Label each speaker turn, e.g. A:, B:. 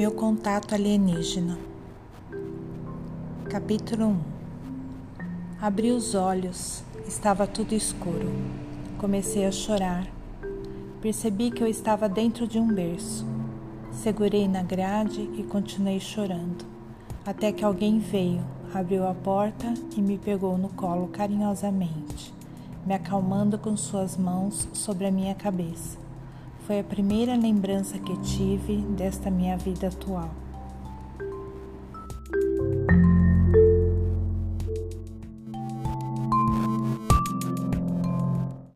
A: Meu contato alienígena. Capítulo 1. Abri os olhos, estava tudo escuro. Comecei a chorar. Percebi que eu estava dentro de um berço. Segurei na grade e continuei chorando, até que alguém veio, abriu a porta e me pegou no colo carinhosamente, me acalmando com suas mãos sobre a minha cabeça. Foi a primeira lembrança que tive desta minha vida atual.